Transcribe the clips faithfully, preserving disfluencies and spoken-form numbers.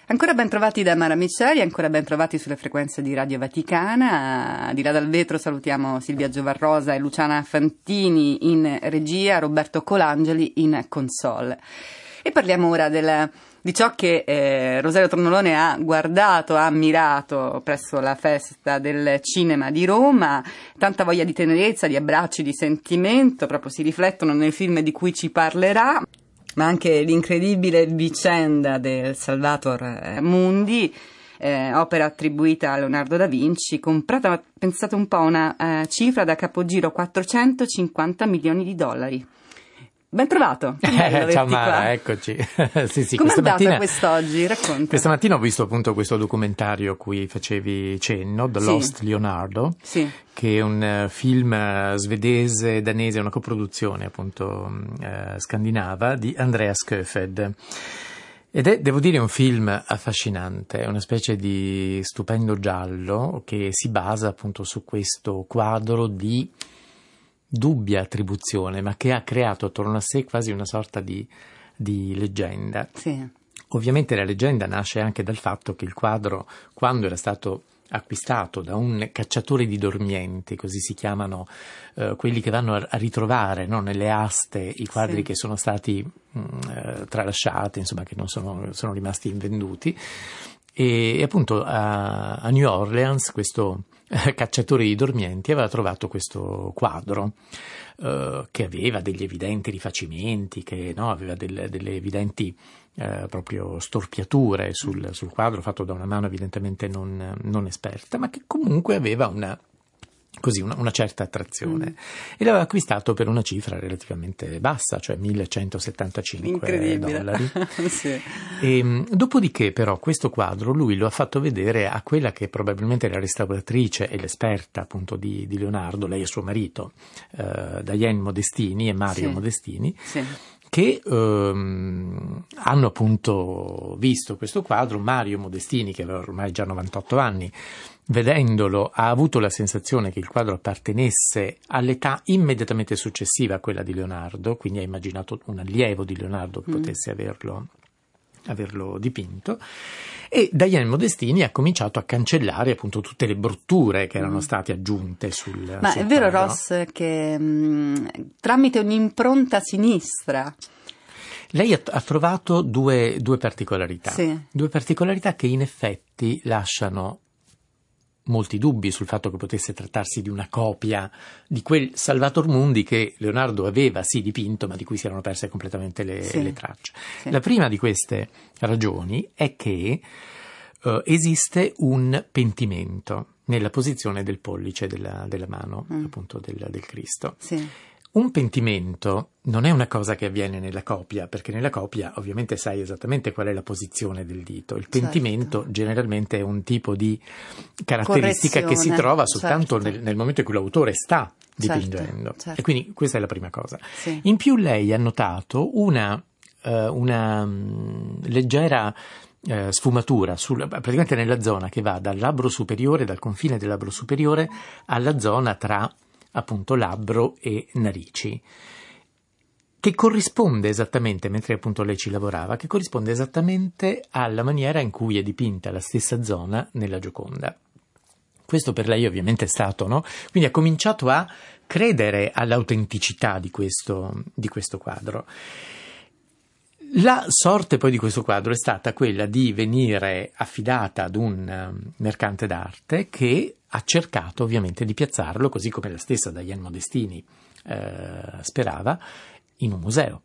Ancora ben trovati da Mara Miceli, ancora ben trovati sulle frequenze di Radio Vaticana. Di là dal vetro salutiamo Silvia Giovarrosa e Luciana Fantini in regia, Roberto Colangeli in console. E parliamo ora del, di ciò che eh, Rosario Tornolone ha guardato, ha ammirato presso la Festa del Cinema di Roma. Tanta voglia di tenerezza, di abbracci, di sentimento, proprio si riflettono nel film di cui ci parlerà, ma anche l'incredibile vicenda del Salvator Mundi, eh, opera attribuita a Leonardo da Vinci, comprata, pensate un po', una eh, cifra da capogiro quattrocentocinquanta milioni di dollari. Ben trovato. Eh, ciao Mara, qua. Eccoci. sì, sì, Com'è andata mattina, quest'oggi? Racconta. Questa mattina ho visto appunto questo documentario a cui facevi cenno, The sì. Lost Leonardo, sì. che è un uh, film uh, svedese, danese, una coproduzione appunto uh, scandinava di Andreas Koefoed. Ed è, devo dire, un film affascinante, è una specie di stupendo giallo che si basa appunto su questo quadro di dubbia attribuzione, ma che ha creato attorno a sé quasi una sorta di, di leggenda. Sì. Ovviamente la leggenda nasce anche dal fatto che il quadro, quando era stato acquistato da un cacciatore di dormienti, così si chiamano eh, quelli che vanno a, a ritrovare, no, nelle aste i quadri sì. che sono stati mh, eh, tralasciati, insomma, che non sono, sono rimasti invenduti, e, e appunto a, a New Orleans questo cacciatore di dormienti aveva trovato questo quadro eh, che aveva degli evidenti rifacimenti, che no, aveva delle, delle evidenti eh, proprio storpiature sul, sul quadro, fatto da una mano evidentemente non, non esperta, ma che comunque aveva una così una, una certa attrazione, mm. e l'aveva acquistato per una cifra relativamente bassa, cioè millecentosettantacinque dollari. sì. E, dopodiché però questo quadro lui lo ha fatto vedere a quella che probabilmente è la restauratrice e l'esperta appunto di, di Leonardo, lei e suo marito, eh, Diane Modestini e Mario sì. Modestini, sì. che ehm, hanno appunto visto questo quadro. Mario Modestini, che aveva ormai già novantotto anni, vedendolo ha avuto la sensazione che il quadro appartenesse all'età immediatamente successiva a quella di Leonardo, quindi ha immaginato un allievo di Leonardo che mm. potesse averlo, averlo dipinto, e Diane Modestini ha cominciato a cancellare appunto tutte le brutture che erano mm. state aggiunte sul Ma sul è vero, quadro. Ross, che mh, tramite un'impronta sinistra lei ha, ha trovato due, due particolarità, sì. due particolarità che in effetti lasciano molti dubbi sul fatto che potesse trattarsi di una copia di quel Salvator Mundi che Leonardo aveva sì dipinto, ma di cui si erano perse completamente le, sì. le tracce. Sì. La prima di queste ragioni è che uh, esiste un pentimento nella posizione del pollice della, della mano, mm. appunto del, del Cristo. Sì. Un pentimento non è una cosa che avviene nella copia, perché nella copia ovviamente sai esattamente qual è la posizione del dito. Il pentimento certo. generalmente è un tipo di caratteristica che si trova soltanto certo. nel, nel momento in cui l'autore sta dipingendo. Certo, certo. E quindi questa è la prima cosa. Sì. In più lei ha notato una, uh, una um, leggera uh, sfumatura sul, praticamente nella zona che va dal labbro superiore, dal confine del labbro superiore alla zona tra appunto labbro e narici, che corrisponde esattamente, mentre appunto lei ci lavorava, che corrisponde esattamente alla maniera in cui è dipinta la stessa zona nella Gioconda. Questo per lei ovviamente è stato, no? Quindi ha cominciato a credere all'autenticità di questo, di questo quadro. La sorte poi di questo quadro è stata quella di venire affidata ad un mercante d'arte che ha cercato ovviamente di piazzarlo, così come la stessa Diane Modestini eh, sperava, in un museo.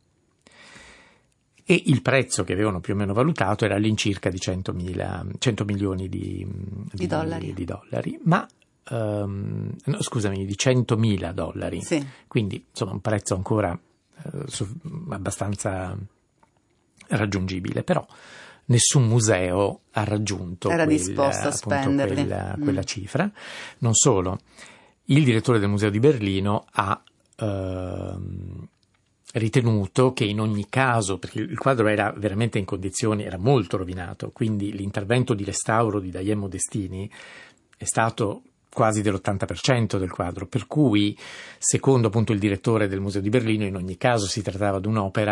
E il prezzo che avevano più o meno valutato era all'incirca di cento milioni di, di, di, dollari. di dollari, ma um, no, scusami, di centomila dollari. Sì. Quindi insomma un prezzo ancora eh, su, abbastanza raggiungibile, però nessun museo ha raggiunto era quella, disposto a spenderli. quella, mm. quella cifra. Non solo, il direttore del museo di Berlino ha ehm, ritenuto che in ogni caso, perché il quadro era veramente in condizioni, era molto rovinato, quindi l'intervento di restauro di Diane Modestini è stato quasi dell'ottanta per cento del quadro, per cui, secondo appunto il direttore del Museo di Berlino, in ogni caso si trattava di un'opera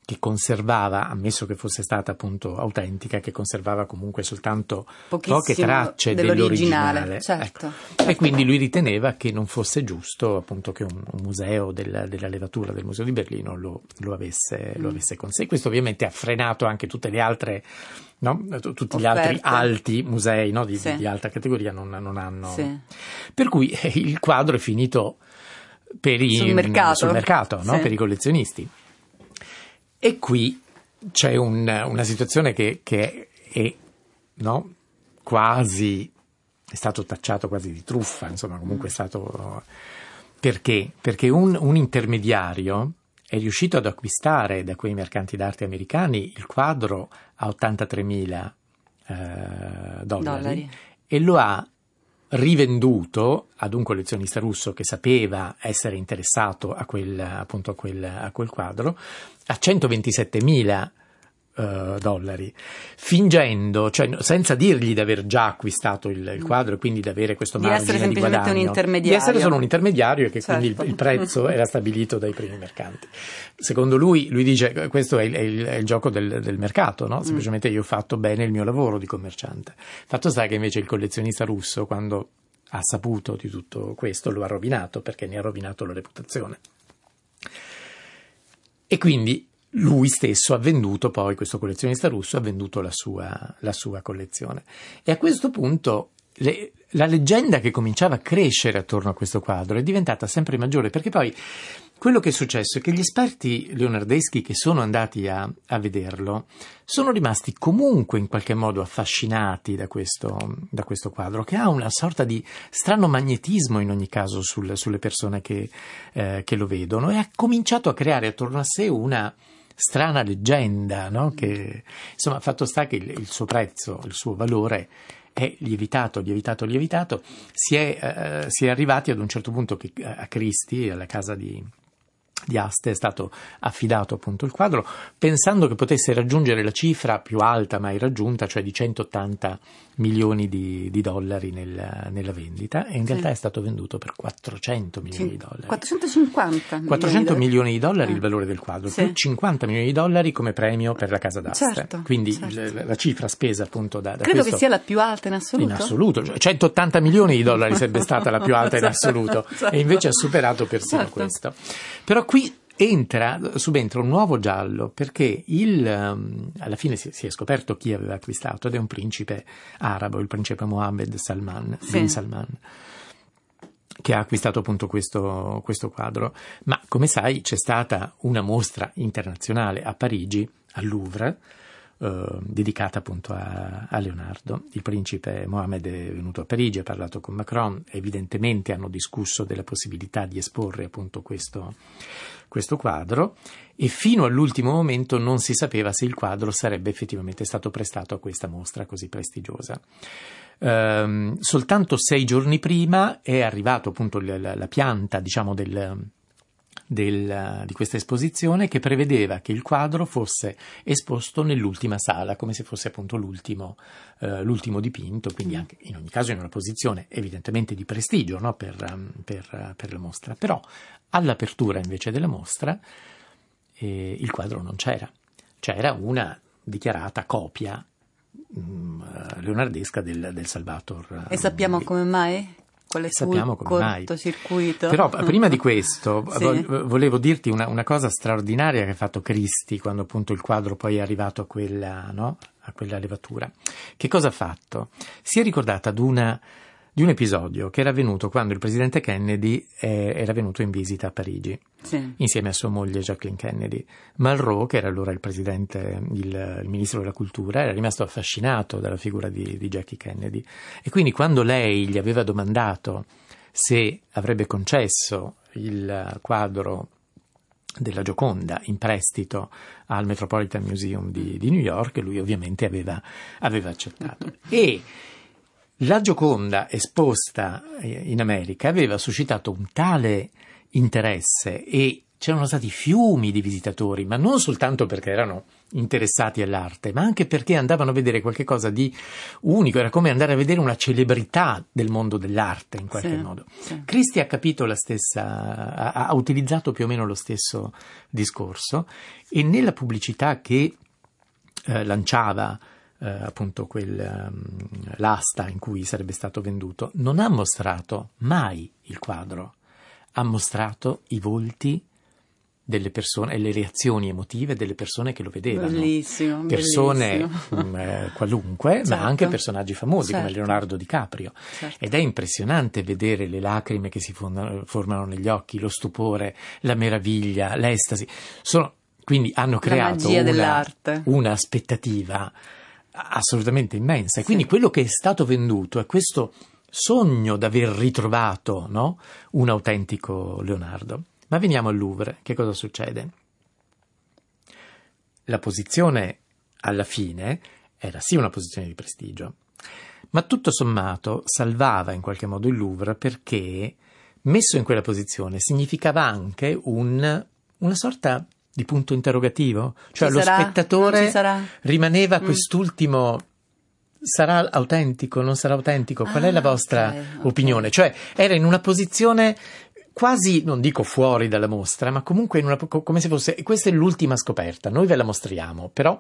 che conservava, ammesso che fosse stata appunto autentica, che conservava comunque soltanto pochissimo poche tracce dell'originale, dell'originale. certo, Ecco. certo. E quindi lui riteneva che non fosse giusto appunto che un, un museo del, della levatura del Museo di Berlino lo, lo avesse, mm. lo avesse con sé. Questo ovviamente ha frenato anche tutte le altre, no? Tutti Offerte. Gli altri alti musei, no? di, sì. di, di alta categoria non, non hanno. Sì. Per cui eh, il quadro è finito per i, sul mercato, sul mercato no? Sì. per i collezionisti. E qui c'è un, una situazione che, che è, no? quasi, è stato tacciato quasi di truffa, insomma comunque è stato, perché? Perché un, un intermediario è riuscito ad acquistare da quei mercanti d'arte americani il quadro a ottantatremila eh, dollari, dollari e lo ha rivenduto ad un collezionista russo che sapeva essere interessato a quel, appunto a quel, a quel quadro a centoventisettemila uh, dollari, fingendo, cioè senza dirgli di aver già acquistato il, il quadro e quindi di avere questo di margine essere di guadagno, semplicemente un intermediario, di essere solo un intermediario e che certo. quindi il, il prezzo era stabilito dai primi mercanti. Secondo lui, lui dice questo è il, è il, è il gioco del, del mercato, no? Semplicemente io ho fatto bene il mio lavoro di commerciante. Fatto sta che invece il collezionista russo, quando ha saputo di tutto questo, lo ha rovinato, perché ne ha rovinato la reputazione. E quindi lui stesso ha venduto, poi questo collezionista russo ha venduto la sua, la sua collezione. E a questo punto le, la leggenda che cominciava a crescere attorno a questo quadro è diventata sempre maggiore, perché poi quello che è successo è che gli esperti leonardeschi che sono andati a, a vederlo sono rimasti comunque in qualche modo affascinati da questo, da questo quadro, che ha una sorta di strano magnetismo in ogni caso sul, sulle persone che, eh, che lo vedono, e ha cominciato a creare attorno a sé una strana leggenda, no? Che insomma, fatto sta che il, il suo prezzo, il suo valore è lievitato, lievitato, lievitato. Si è, eh, si è arrivati ad un certo punto che a Christie, alla casa di di Aste, è stato affidato appunto il quadro, pensando che potesse raggiungere la cifra più alta mai raggiunta, cioè di centottanta milioni di, di dollari nel, nella vendita, e in sì. realtà è stato venduto per quattrocento milioni sì. di dollari. quattrocentocinquanta quattrocento milioni di dollari eh. il valore del quadro, sì. più cinquanta milioni di dollari come premio per la casa d'Aste. Certo, Quindi certo. La, la cifra spesa appunto da, da credo questo, che sia la più alta in assoluto. In assoluto, cioè centottanta milioni di dollari sarebbe stata la più alta in assoluto, certo. e invece ha superato persino certo. questo. Però qui entra, subentra un nuovo giallo, perché il, um, alla fine si, si è scoperto chi aveva acquistato, ed è un principe arabo, il principe Mohammed Salman, sì. bin Salman, che ha acquistato appunto questo, questo quadro. Ma come sai c'è stata una mostra internazionale a Parigi, al Louvre, Uh, dedicata appunto a, a Leonardo. Il principe Mohammed è venuto a Parigi, ha parlato con Macron, evidentemente hanno discusso della possibilità di esporre appunto questo, questo quadro, e fino all'ultimo momento non si sapeva se il quadro sarebbe effettivamente stato prestato a questa mostra così prestigiosa. Uh, soltanto sei giorni prima è arrivato appunto la, la, la pianta, diciamo, del Del, di questa esposizione, che prevedeva che il quadro fosse esposto nell'ultima sala, come se fosse appunto l'ultimo, eh, l'ultimo dipinto, quindi anche in ogni caso in una posizione evidentemente di prestigio, no? per, per, per la mostra. Però all'apertura invece della mostra eh, il quadro non c'era, c'era una dichiarata copia mh, leonardesca del, del Salvator. E sappiamo come mai? E sappiamo come mai. Cortocircuito. Però prima di questo sì. volevo dirti una, una cosa straordinaria che ha fatto Christie quando appunto il quadro poi è arrivato a quella, no? a quella levatura. Che cosa ha fatto? Si è ricordata di una di un episodio che era avvenuto quando il presidente Kennedy eh, era venuto in visita a Parigi, sì. insieme a sua moglie Jacqueline Kennedy. Malraux, che era allora il presidente, il, il ministro della cultura, era rimasto affascinato dalla figura di, di Jackie Kennedy, e quindi quando lei gli aveva domandato se avrebbe concesso il quadro della Gioconda in prestito al Metropolitan Museum di, di New York, lui ovviamente aveva, aveva accettato. E la Gioconda esposta in America aveva suscitato un tale interesse e c'erano stati fiumi di visitatori, ma non soltanto perché erano interessati all'arte, ma anche perché andavano a vedere qualche cosa di unico, era come andare a vedere una celebrità del mondo dell'arte in qualche sì, modo. Sì. Christie ha capito la stessa, ha, ha utilizzato più o meno lo stesso discorso, e nella pubblicità che eh, lanciava eh, appunto quel, um, l'asta in cui sarebbe stato venduto, non ha mostrato mai il quadro, ha mostrato i volti delle persone e le reazioni emotive delle persone che lo vedevano. Bellissimo, persone bellissimo. Mh, eh, qualunque, certo. ma anche personaggi famosi, certo. come Leonardo DiCaprio. Certo. Ed è impressionante vedere le lacrime che si formano, formano negli occhi, lo stupore, la meraviglia, l'estasi. Sono, quindi hanno creato una, una aspettativa assolutamente immensa. E quindi sì. quello che è stato venduto è questo sogno d'aver ritrovato, no? un autentico Leonardo. Ma veniamo al Louvre, che cosa succede? La posizione alla fine era sì una posizione di prestigio, ma tutto sommato salvava in qualche modo il Louvre, perché messo in quella posizione significava anche un, una sorta di punto interrogativo, cioè ci lo sarà? spettatore rimaneva mm. quest'ultimo: sarà autentico, non sarà autentico? Qual ah, è la vostra okay, opinione? Okay. Cioè era in una posizione quasi, non dico fuori dalla mostra, ma comunque in una, come se fosse, questa è l'ultima scoperta, noi ve la mostriamo, però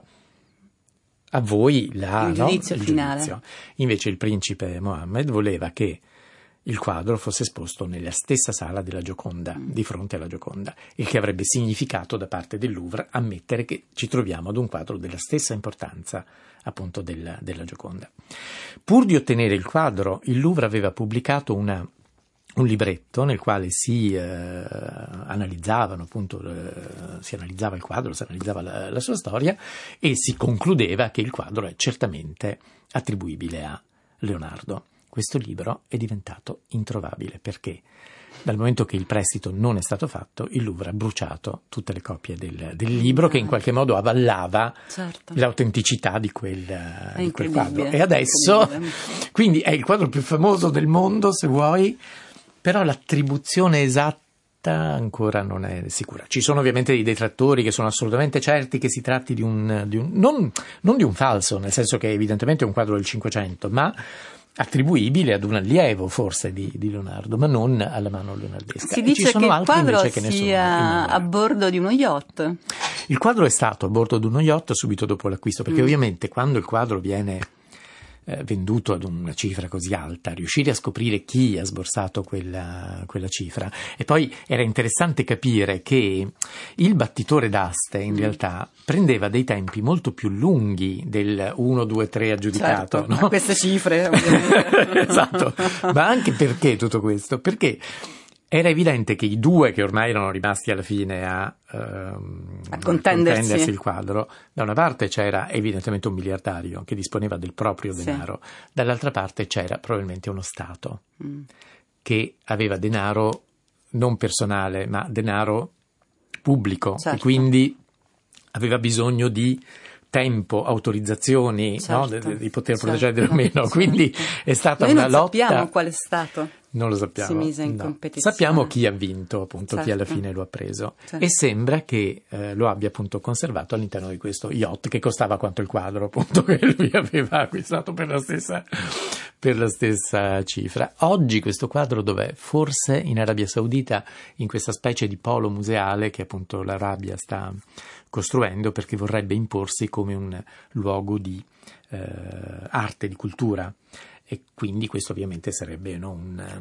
a voi la, il giudizio no? il finale. Giudizio. Invece il principe Mohammed voleva che il quadro fosse esposto nella stessa sala della Gioconda, mm. di fronte alla Gioconda, il che avrebbe significato da parte del Louvre ammettere che ci troviamo ad un quadro della stessa importanza appunto della, della Gioconda. Pur di ottenere il quadro, il Louvre aveva pubblicato una un libretto nel quale si eh, analizzavano appunto eh, si analizzava il quadro, si analizzava la, la sua storia, e si concludeva che il quadro è certamente attribuibile a Leonardo. Questo libro è diventato introvabile perché dal momento che il prestito non è stato fatto, il Louvre ha bruciato tutte le copie del, del libro, che in qualche modo avvallava certo. l'autenticità di quel, di quel quadro. E adesso, quindi è il quadro più famoso del mondo, se vuoi, però l'attribuzione esatta ancora non è sicura. Ci sono ovviamente dei detrattori che sono assolutamente certi che si tratti di un, di un non, non di un falso, nel senso che evidentemente è un quadro del Cinquecento, ma attribuibile ad un allievo forse di, di Leonardo, ma non alla mano leonardesca. Si dice ci sono che il altri quadro che ne sia a bordo di uno yacht. Il quadro è stato a bordo di uno yacht subito dopo l'acquisto, perché mm. ovviamente quando il quadro viene eh, venduto ad una cifra così alta, riuscire a scoprire chi ha sborsato quella, quella cifra. E poi era interessante capire che il battitore d'aste in mm. realtà prendeva dei tempi molto più lunghi del uno, due, tre aggiudicato. Certo, no? A queste cifre ovviamente. Esatto, ma anche perché tutto questo? Perché era evidente che i due che ormai erano rimasti alla fine a, ehm, a contendersi. contendersi il quadro, da una parte c'era evidentemente un miliardario che disponeva del proprio denaro, sì. dall'altra parte c'era probabilmente uno Stato mm. che aveva denaro non personale ma denaro pubblico, certo. e quindi aveva bisogno di tempo, autorizzazioni, certo. no? di poter certo. procedere o meno, certo. quindi è stata Noi una non lotta. Sappiamo quale Stato Non lo sappiamo. si mise in no. competizione. Sappiamo chi ha vinto, appunto, certo. chi alla fine lo ha preso. Certo. E sembra che eh, lo abbia appunto conservato all'interno di questo yacht che costava quanto il quadro, appunto, che lui aveva acquistato per la stessa, per la stessa cifra. Oggi questo quadro dov'è? Forse in Arabia Saudita, in questa specie di polo museale che appunto l'Arabia sta costruendo perché vorrebbe imporsi come un luogo di eh, arte, di cultura. E quindi questo ovviamente sarebbe no, un,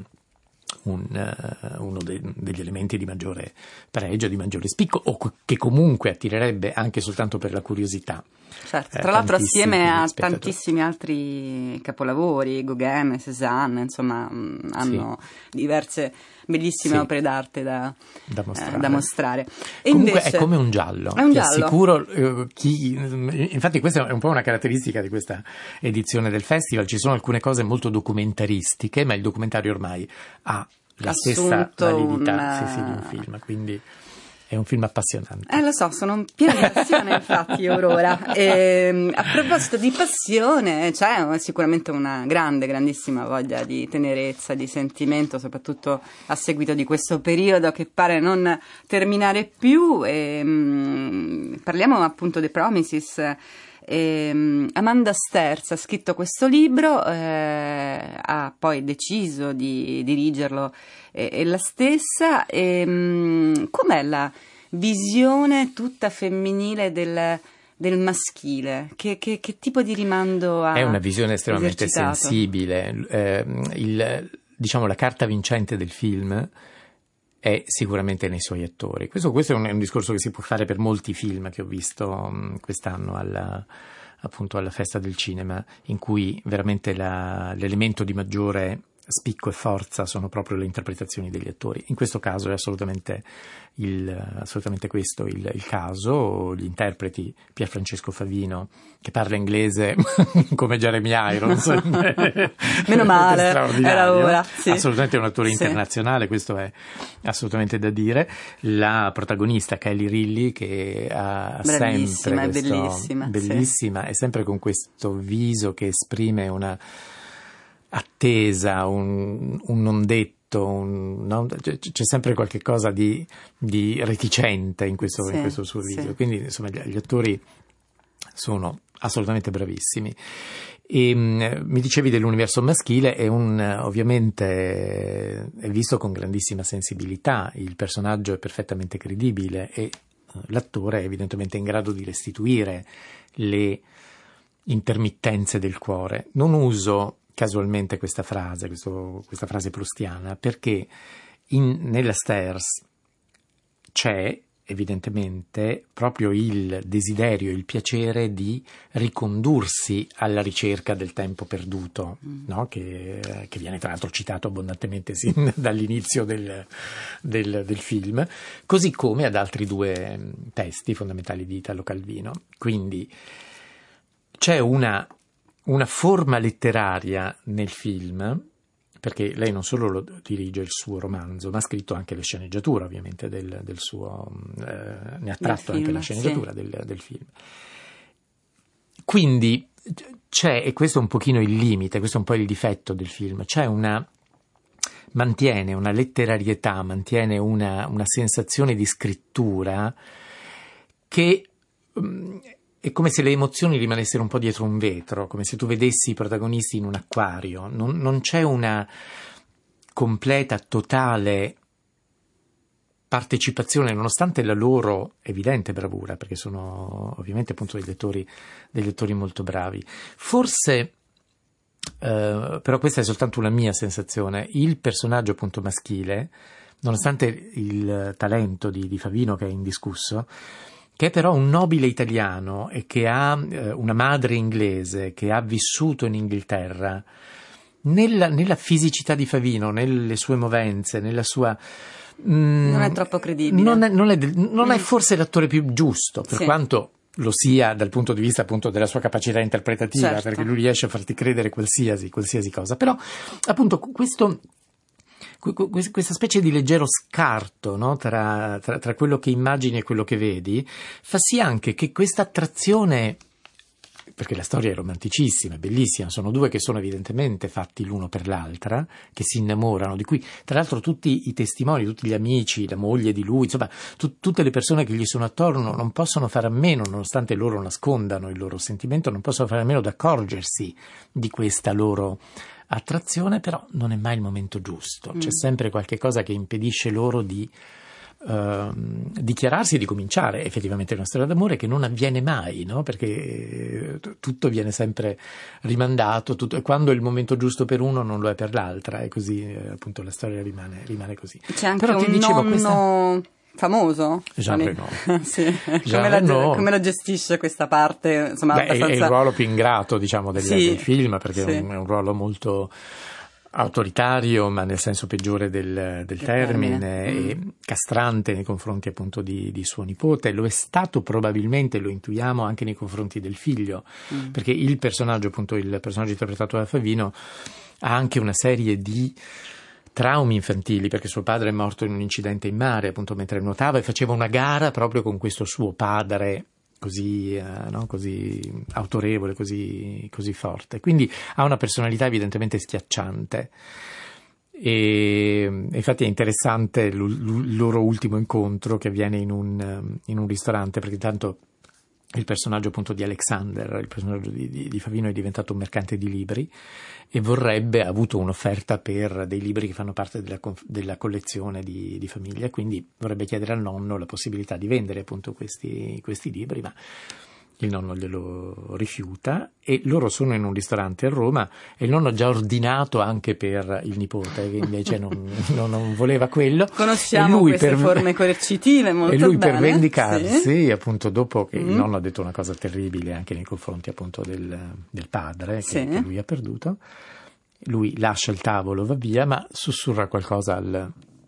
un, uh, uno de, degli elementi di maggiore pregio, di maggiore spicco, o co- che comunque attirerebbe anche soltanto per la curiosità. Certo, eh, tra l'altro assieme a spettatori. tantissimi altri capolavori, Gauguin, Cézanne, insomma, mh, hanno sì. diverse bellissime sì. opere d'arte da, da mostrare. Eh, da mostrare. E Comunque invece, è come un giallo, è un ti giallo. assicuro, eh, chi, infatti questa è un po' una caratteristica di questa edizione del festival, ci sono alcune cose molto documentaristiche, ma il documentario ormai ha la Assunto stessa validità una... sì, sì, di un film, quindi È un film appassionante. Eh, lo so, sono piena di passione, infatti, Aurora. E, a proposito di passione, c'è sicuramente una grande, grandissima voglia di tenerezza, di sentimento, soprattutto a seguito di questo periodo che pare non terminare più. E, um, parliamo appunto dei Promises. E, um, Amanda Sterz ha scritto questo libro, eh, ha poi deciso di dirigerlo e, e la stessa. E, um, com'è la visione tutta femminile del, del maschile? Che, che, che tipo di rimando ha? È una visione estremamente esercitato? sensibile. Eh, il, diciamo la carta vincente del film è sicuramente nei suoi attori. Questo, questo è, un, è un discorso che si può fare per molti film che ho visto um, quest'anno alla, appunto alla Festa del Cinema, in cui veramente la, l'elemento di maggiore spicco e forza sono proprio le interpretazioni degli attori. In questo caso è assolutamente, il, assolutamente questo il, il caso. Gli interpreti, Pierfrancesco Favino, che parla inglese come Jeremy Irons, meno male, era ora, sì. Assolutamente un attore sì. internazionale, questo è assolutamente da dire. La protagonista Kelly Riley, che ha bravissima, sempre questo, è bellissima, bellissima sì. è sempre con questo viso che esprime una attesa, un, un non detto, un, no? C'è sempre qualche cosa di, di reticente in questo, sì, in questo suo viso, sì. quindi insomma gli, gli attori sono assolutamente bravissimi. E, mh, mi dicevi dell'universo maschile, è un, ovviamente è visto con grandissima sensibilità, il personaggio è perfettamente credibile e uh, l'attore è evidentemente in grado di restituire le intermittenze del cuore. Non uso casualmente questa frase, questo, questa frase proustiana, perché in, nella Sterz c'è evidentemente proprio il desiderio, il piacere di ricondursi alla ricerca del tempo perduto, mm. no? che, che viene tra l'altro citato abbondantemente sin dall'inizio del, del, del film, così come ad altri due testi fondamentali di Italo Calvino. Quindi c'è una una forma letteraria nel film, perché lei non solo lo dirige il suo romanzo, ma ha scritto anche le sceneggiature, ovviamente, del, del suo, eh, ne ha tratto film, anche la sceneggiatura sì. del, del film. Quindi c'è, e questo è un pochino il limite, questo è un po' il difetto del film, c'è una, mantiene una letterarietà, mantiene una, una sensazione di scrittura che um, è come se le emozioni rimanessero un po' dietro un vetro, come se tu vedessi i protagonisti in un acquario. Non, non c'è una completa, totale partecipazione, nonostante la loro evidente bravura, perché sono ovviamente appunto degli attori, degli attori molto bravi. Forse, eh, però questa è soltanto una mia sensazione, il personaggio appunto maschile, nonostante il talento di, di Favino che è indiscusso, che è però un nobile italiano e che ha eh, una madre inglese, che ha vissuto in Inghilterra, nella, nella fisicità di Favino, nelle sue movenze, nella sua... Mm, non è troppo credibile. Non è, non è, non è mm. forse l'attore più giusto, per sì. quanto lo sia dal punto di vista appunto della sua capacità interpretativa, certo. perché lui riesce a farti credere qualsiasi, qualsiasi cosa. Però appunto questo... questa specie di leggero scarto, no? tra, tra, tra quello che immagini e quello che vedi, fa sì anche che questa attrazione, perché la storia è romanticissima, è bellissima, sono due che sono evidentemente fatti l'uno per l'altra, che si innamorano, di cui tra l'altro tutti i testimoni, tutti gli amici, la moglie di lui, insomma tu, tutte le persone che gli sono attorno non possono fare a meno, nonostante loro nascondano il loro sentimento, non possono fare a meno di accorgersi di questa loro attrazione, però non è mai il momento giusto, mm. c'è sempre qualche cosa che impedisce loro di uh, dichiararsi e di cominciare effettivamente una storia d'amore, che non avviene mai, no? Perché tutto viene sempre rimandato, tutto, e quando è il momento giusto per uno non lo è per l'altra, e così eh, appunto la storia rimane, rimane così. C'è anche però un ti dicevo, nonno questa... famoso? Jean Reno. sì. Jean come, la, Reno. come la gestisce questa parte? Insomma, Beh, abbastanza... è il ruolo più ingrato, diciamo, del, sì. del film, perché sì. è, un, è un ruolo molto autoritario, ma nel senso peggiore del, del termine, termine. e mm. castrante nei confronti appunto di, di suo nipote. Lo è stato probabilmente, lo intuiamo, anche nei confronti del figlio, mm. perché il personaggio, appunto il personaggio interpretato da Favino, ha anche una serie di traumi infantili, perché suo padre è morto in un incidente in mare, appunto mentre nuotava, e faceva una gara proprio con questo suo padre così, eh, no? così autorevole, così, così forte. Quindi ha una personalità evidentemente schiacciante. E infatti è interessante il loro ultimo incontro, che avviene in un, in un ristorante, perché tanto il personaggio appunto di Alexander, il personaggio di, di, di Favino, è diventato un mercante di libri e vorrebbe, ha avuto un'offerta per dei libri che fanno parte della, della collezione di, di famiglia, quindi vorrebbe chiedere al nonno la possibilità di vendere appunto questi, questi libri, ma il nonno glielo rifiuta, e loro sono in un ristorante a Roma e il nonno ha già ordinato anche per il nipote, che invece non, non, non voleva quello. Conosciamo lui queste per, forme coercitive molto bene. E lui bene, per vendicarsi, sì. appunto dopo che mm. il nonno ha detto una cosa terribile anche nei confronti appunto del, del padre, che, sì. che lui ha perduto, lui lascia il tavolo, va via, ma sussurra qualcosa al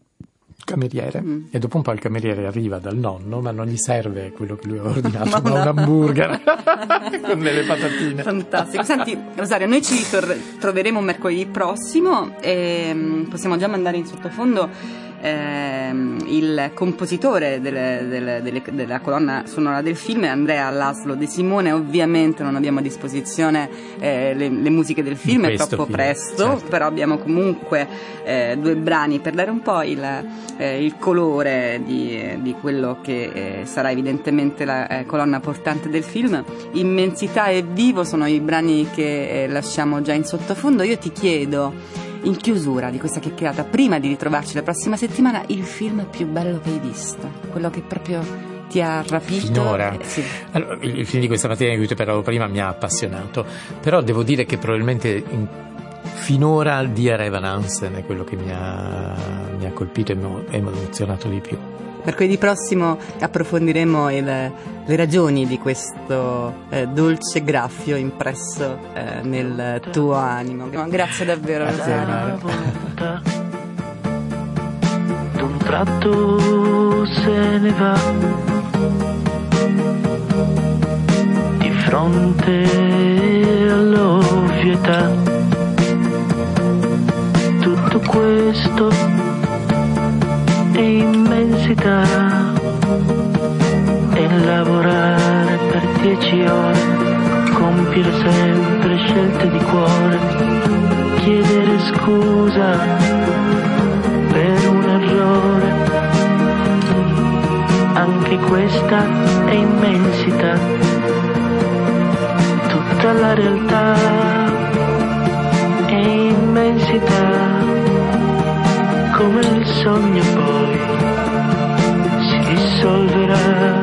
cameriere mm. e dopo un po' il cameriere arriva dal nonno, ma non gli serve quello che lui ha ordinato, ma un hamburger con delle patatine. Fantastico. Senti Rosario, noi ci tor- troveremo mercoledì prossimo e um, possiamo già mandare in sottofondo ehm, il compositore delle, delle, delle, della colonna sonora del film è Andrea Laszlo De Simone. Ovviamente non abbiamo a disposizione eh, le, le musiche del film, è troppo film, presto, certo. Però abbiamo comunque eh, due brani per dare un po' il Eh, il colore di, di quello che eh, sarà evidentemente la eh, colonna portante del film. Immensità e Vivo sono i brani che eh, lasciamo già in sottofondo. Io ti chiedo, in chiusura di questa chiacchierata, prima di ritrovarci la prossima settimana, il film più bello che hai visto, quello che proprio ti ha rapito finora. Eh, sì. Allora, il film di questa mattina di cui ti parlavo prima mi ha appassionato, però devo dire che probabilmente in finora Dear Evan Hansen è quello che mi ha, mi ha colpito e mi ha emozionato di più. Mercoledì prossimo approfondiremo il, le ragioni di questo eh, dolce graffio impresso eh, nel tuo animo. Grazie davvero. Grazie. D'un tratto se ne va di fronte all'ovvietà. Tutto questo è immensità, e lavorare per dieci ore, compiere sempre scelte di cuore, chiedere scusa per un errore, anche questa è immensità. Tutta la realtà è immensità, come il sogno poi si dissolverà.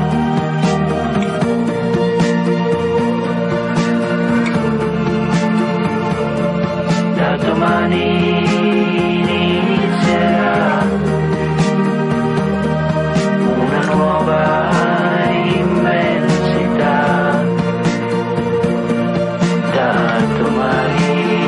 Da domani inizierà una nuova immensità. Da domani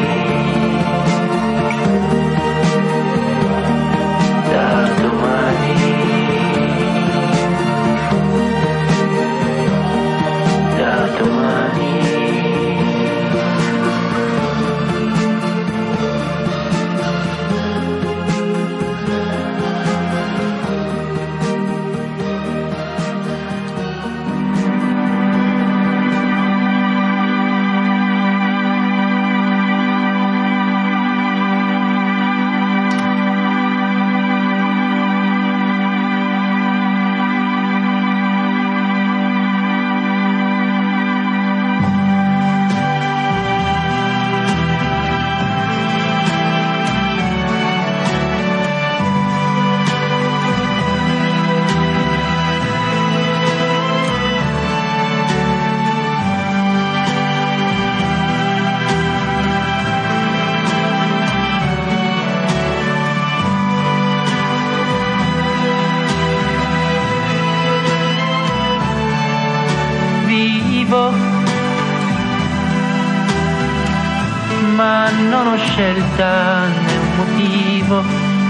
ma non ho scelta né un motivo.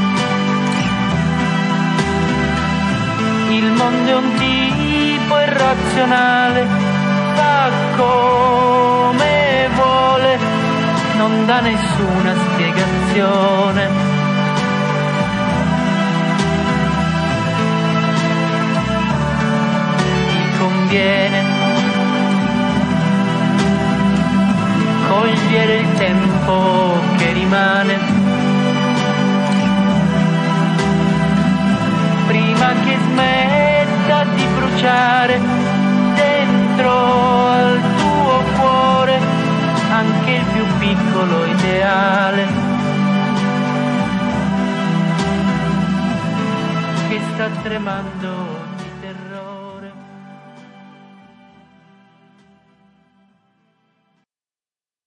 Il mondo è un tipo irrazionale, fa come vuole, non dà nessuna spiegazione, tremando